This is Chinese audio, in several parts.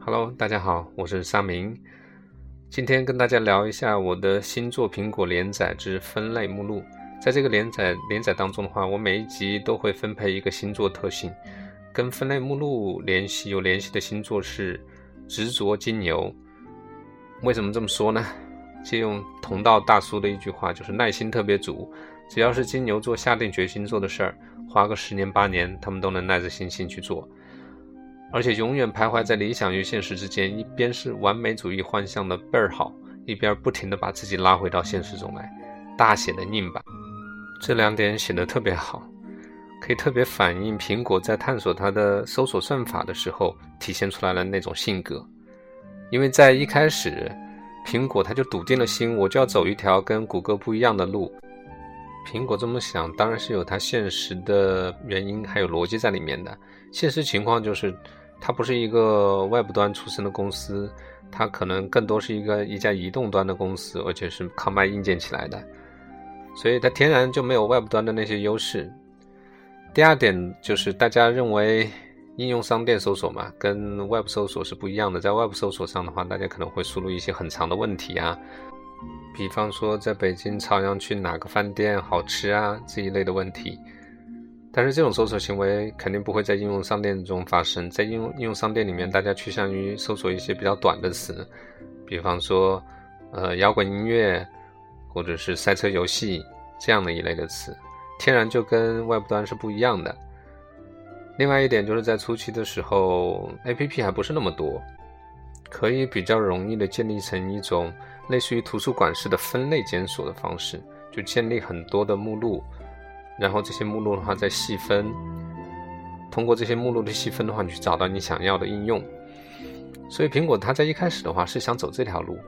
Hello，大家好，我是沙明。今天跟大家聊一下我的新作苹果连载之分类目录。在这个连载当中的话，我每一集都会分配一个星座特性。跟分类目录有联系的星座是执着金牛。为什么这么说呢？借用同道大叔的一句话，就是耐心特别足。只要是金牛座下定决心做的事儿，花个10年8年，他们都能耐着心去做。而且永远徘徊在理想与现实之间，一边是完美主义幻象的倍儿好，一边不停地把自己拉回到现实中来，大写的拧巴。这两点写得特别好，可以特别反映苹果在探索它的搜索算法的时候体现出来的那种性格。因为在一开始，苹果它就笃定了心，我就要走一条跟谷歌不一样的路。苹果这么想当然是有它现实的原因还有逻辑在里面的。现实情况就是它不是一个外部端出身的公司，它可能更多是一家移动端的公司，而且是靠卖硬件起来的，所以它天然就没有外部端的那些优势。第二点就是大家认为应用商店搜索嘛，跟 Web 搜索是不一样的。在 Web 搜索上的话，大家可能会输入一些很长的问题啊，比方说在北京朝阳区哪个饭店好吃啊，这一类的问题。但是这种搜索行为肯定不会在应用商店中发生。在应用商店里面，大家趋向于搜索一些比较短的词，比方说摇滚音乐或者是赛车游戏这样的一类的词，天然就跟外部端是不一样的。另外一点就是在初期的时候 APP 还不是那么多，可以比较容易的建立成一种类似于图书馆式的分类检索的方式，就建立很多的目录，然后这些目录的话再细分，通过这些目录的细分的话，你去找到你想要的应用。所以苹果它在一开始的话是想走这条路。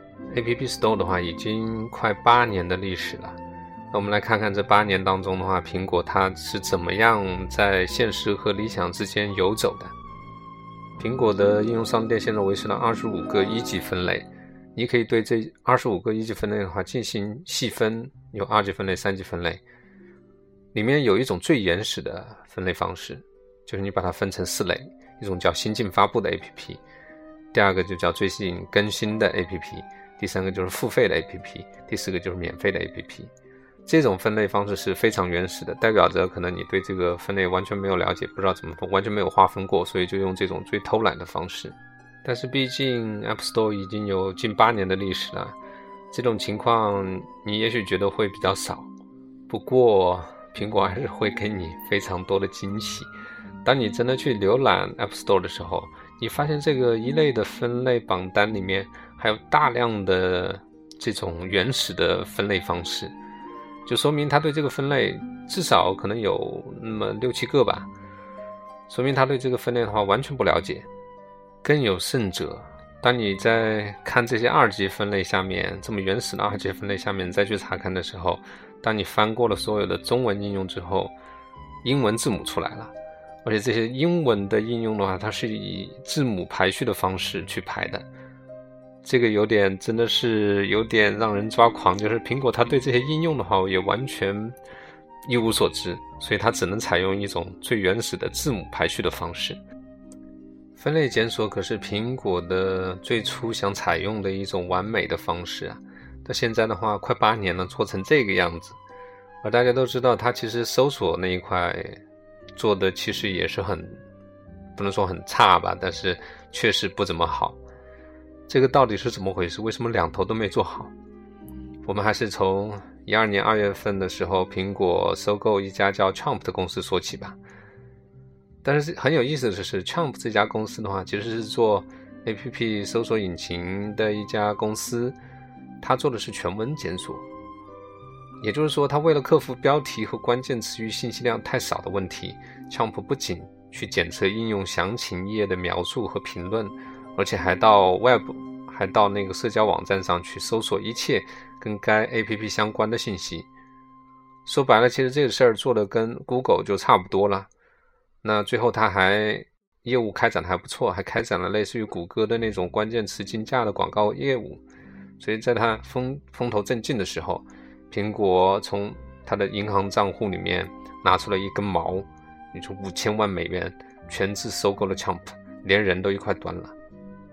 App Store 的话已经快8年的历史了。那我们来看看这8年当中的话，苹果它是怎么样在现实和理想之间游走的。苹果的应用商店现在维持了25个一级分类，你可以对这25个一级分类的话进行细分，有2级分类、3级分类。里面有一种最原始的分类方式，就是你把它分成4类，一种叫新近发布的 APP， 第二个就叫最近更新的 APP， 第三个就是付费的 APP， 第四个就是免费的 APP。 这种分类方式是非常原始的，代表着可能你对这个分类完全没有了解，不知道怎么分，完全没有划分过，所以就用这种最偷懒的方式。但是毕竟 App Store 已经有近8年的历史了，这种情况你也许觉得会比较少，不过苹果还是会给你非常多的惊喜。当你真的去浏览 App Store 的时候，你发现这个一类的分类榜单里面还有大量的这种原始的分类方式，就说明他对这个分类至少可能有那么6、7个吧，说明他对这个分类的话完全不了解。更有甚者，当你在看这些2级分类下面，这么原始的2级分类下面再去查看的时候，当你翻过了所有的中文应用之后，英文字母出来了，而且这些英文的应用的话，它是以字母排序的方式去排的。这个真的是有点让人抓狂，就是苹果它对这些应用的话也完全一无所知，所以它只能采用一种最原始的字母排序的方式。分类检索可是苹果的最初想采用的一种完美的方式啊，到现在的话快8年了，做成这个样子。而大家都知道它其实搜索那一块做的其实也是不能说很差吧，但是确实不怎么好。这个到底是怎么回事？为什么2头都没做好？我们还是从12年2月份的时候苹果收购一家叫 Chomp 的公司说起吧。但是很有意思的是 Chomp 这家公司的话其实是做 APP 搜索引擎的一家公司，它做的是全文检索。也就是说，它为了克服标题和关键词语信息量太少的问题， Chomp 不仅去检测应用详情页的描述和评论，而且还到那个社交网站上去搜索一切跟该 APP 相关的信息。说白了，其实这个事儿做的跟 Google 就差不多了。那最后他还业务开展的还不错，还开展了类似于谷歌的那种关键词竞价的广告业务。所以在他风头正劲的时候，苹果从他的银行账户里面拿出了一根毛，也就$5000万，全资收购了 Chomp， 连人都一块端了。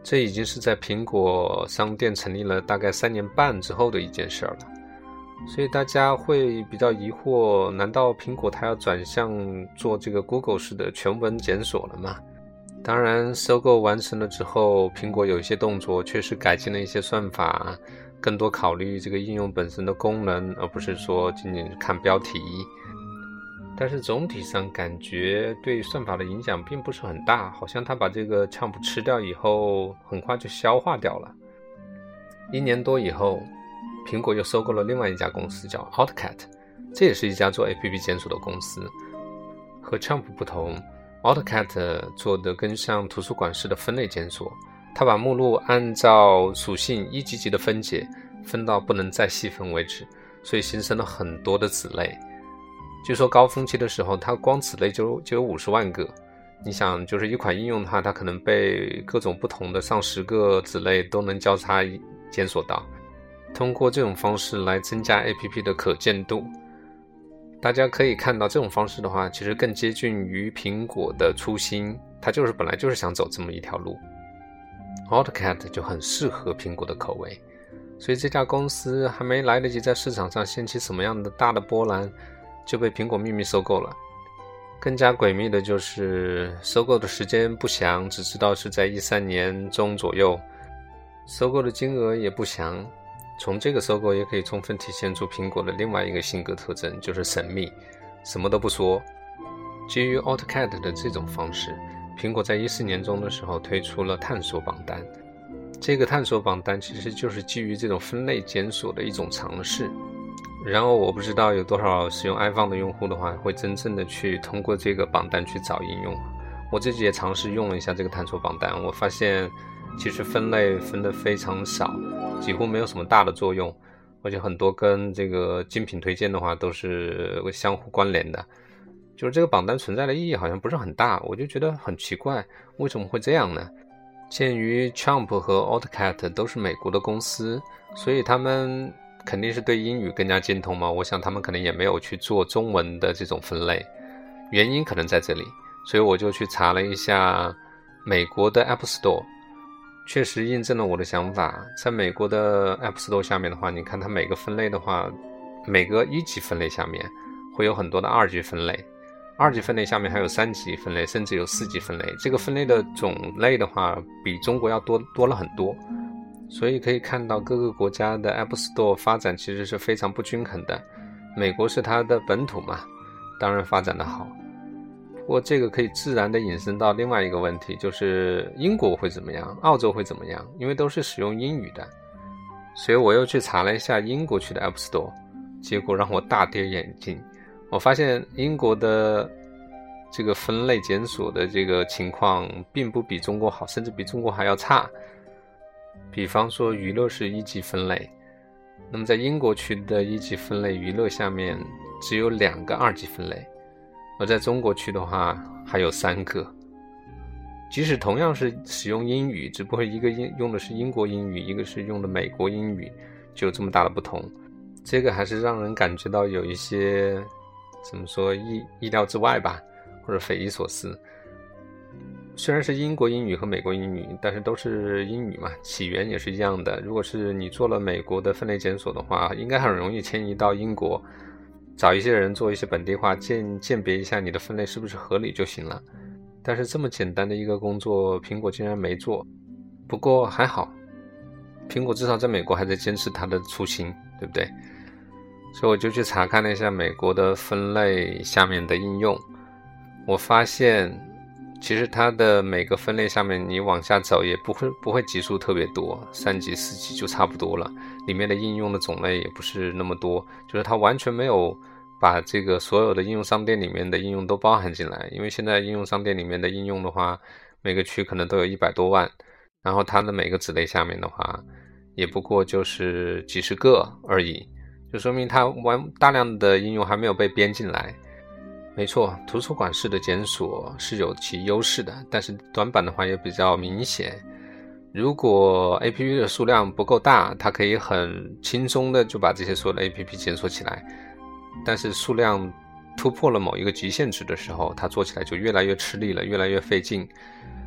这已经是在苹果商店成立了大概3年半之后的一件事了。所以大家会比较疑惑，难道苹果它要转向做这个 Google 式的全文检索了吗？当然，收购完成了之后，苹果有一些动作确实改进了一些算法，更多考虑这个应用本身的功能，而不是说仅仅看标题。但是总体上感觉对算法的影响并不是很大，好像它把这个 Chomp 吃掉以后很快就消化掉了。1年多以后，苹果又收购了另外一家公司叫 AutoCat， 这也是一家做 APP 检索的公司。和 Chomp 不同， AutoCat 做的更像图书馆式的分类检索，它把目录按照属性一级级的分解，分到不能再细分为止，所以形成了很多的子类。据说高峰期的时候，它光子类就有50万个。你想，就是一款应用的话，它可能被各种不同的上10个子类都能交叉检索到。通过这种方式来增加 APP 的可见度。大家可以看到，这种方式的话，其实更接近于苹果的初心，它本来就是想走这么一条路。AutoCat 就很适合苹果的口味，所以这家公司还没来得及在市场上掀起什么样的大的波澜，就被苹果秘密收购了。更加诡秘的就是收购的时间不详，只知道是在13年中左右，收购的金额也不详。从这个收购也可以充分体现出苹果的另外一个性格特征，就是神秘，什么都不说。基于 AutoCat 的这种方式，苹果在14年中的时候推出了探索榜单。这个探索榜单其实就是基于这种分类检索的一种尝试。然后我不知道有多少使用 iPhone 的用户的话，会真正的去通过这个榜单去找应用。我自己也尝试用了一下这个探索榜单，我发现其实分类分得非常少，几乎没有什么大的作用，而且很多跟这个精品推荐的话都是相互关联的。就是这个榜单存在的意义好像不是很大，我就觉得很奇怪，为什么会这样呢？鉴于 Chomp 和 AutoCat 都是美国的公司，所以他们肯定是对英语更加精通嘛，我想他们可能也没有去做中文的这种分类，原因可能在这里。所以我就去查了一下美国的 App Store， 确实印证了我的想法。在美国的 App Store 下面的话，你看它每个分类的话，每个1级分类下面会有很多的2级分类，2级分类下面还有3级分类，甚至有4级分类。这个分类的种类的话比中国要多了很多，所以可以看到各个国家的 App Store 发展其实是非常不均衡的。美国是它的本土嘛，当然发展的好。不过这个可以自然的引申到另外一个问题，就是英国会怎么样，澳洲会怎么样，因为都是使用英语的。所以我又去查了一下英国区的 App Store， 结果让我大跌眼镜。我发现英国的这个分类检索的这个情况并不比中国好，甚至比中国还要差。比方说娱乐是1级分类，那么在英国区的1级分类娱乐下面只有2个2级分类，而在中国区的话还有3个。即使同样是使用英语，只不过一个用的是英国英语，一个是用的美国英语，就有这么大的不同。这个还是让人感觉到有一些怎么说意料之外吧，或者匪夷所思。虽然是英国英语和美国英语，但是都是英语嘛，起源也是一样的。如果是你做了美国的分类检索的话，应该很容易迁移到英国，找一些人做一些本地化鉴别一下你的分类是不是合理就行了。但是这么简单的一个工作，苹果竟然没做。不过还好，苹果至少在美国还在坚持它的初心，对不对？所以我就去查看了一下美国的分类下面的应用，我发现其实它的每个分类下面你往下走也不会级数特别多，3级4级就差不多了，里面的应用的种类也不是那么多，就是它完全没有把这个所有的应用商店里面的应用都包含进来。因为现在应用商店里面的应用的话，每个区可能都有100多万，然后它的每个子类下面的话也不过就是几十个而已，就说明它大量的应用还没有被编进来。没错，图书馆式的检索是有其优势的，但是短板的话也比较明显。如果 APP 的数量不够大，它可以很轻松的就把这些所有的 APP 检索起来，但是数量突破了某一个极限值的时候，它做起来就越来越吃力了，越来越费劲。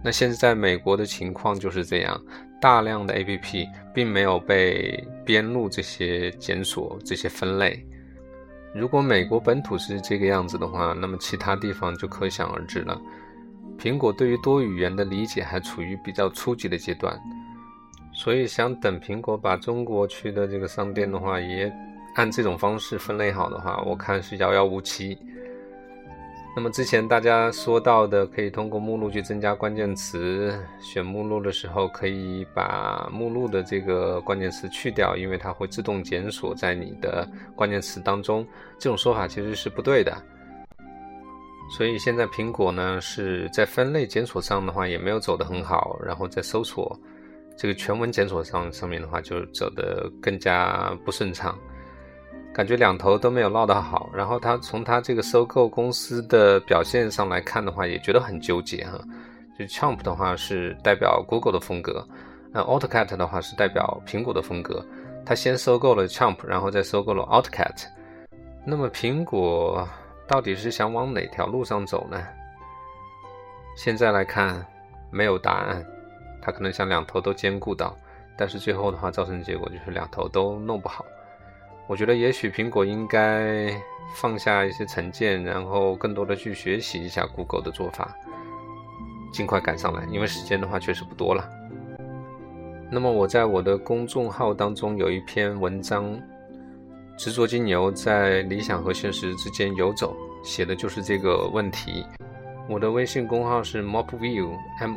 那现在美国的情况就是这样，大量的 APP 并没有被编入这些检索、这些分类。如果美国本土是这个样子的话，那么其他地方就可想而知了。苹果对于多语言的理解还处于比较初级的阶段，所以想等苹果把中国区的这个商店的话也按这种方式分类好的话，我看是遥遥无期。那么之前大家说到的可以通过目录去增加关键词，选目录的时候可以把目录的这个关键词去掉，因为它会自动检索在你的关键词当中，这种说法其实是不对的。所以现在苹果呢是在分类检索上的话也没有走得很好，然后在搜索这个全文检索上面的话就走得更加不顺畅，感觉两头都没有落得好。然后从他这个收购公司的表现上来看的话也觉得很纠结哈。就 Chomp 的话是代表 Google 的风格，AutoCAT 的话是代表苹果的风格，他先收购了 Chomp， 然后再收购了 AutoCAT。 那么苹果到底是想往哪条路上走呢？现在来看没有答案，他可能想两头都兼顾到，但是最后的话造成的结果就是两头都弄不好。我觉得也许苹果应该放下一些成见，然后更多的去学习一下 Google 的做法，尽快赶上来，因为时间的话确实不多了。那么我在我的公众号当中有一篇文章，执着金牛在理想和现实之间游走，写的就是这个问题。我的微信公号是 Mobview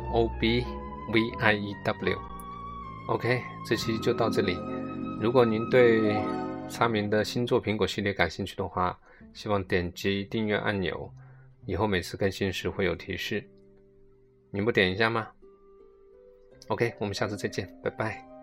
MOBVIEW。 OK， 这期就到这里。如果您对沙明的星座苹果系列感兴趣的话，希望点击订阅按钮，以后每次更新时会有提示。您不点一下吗？ OK， 我们下次再见，拜拜。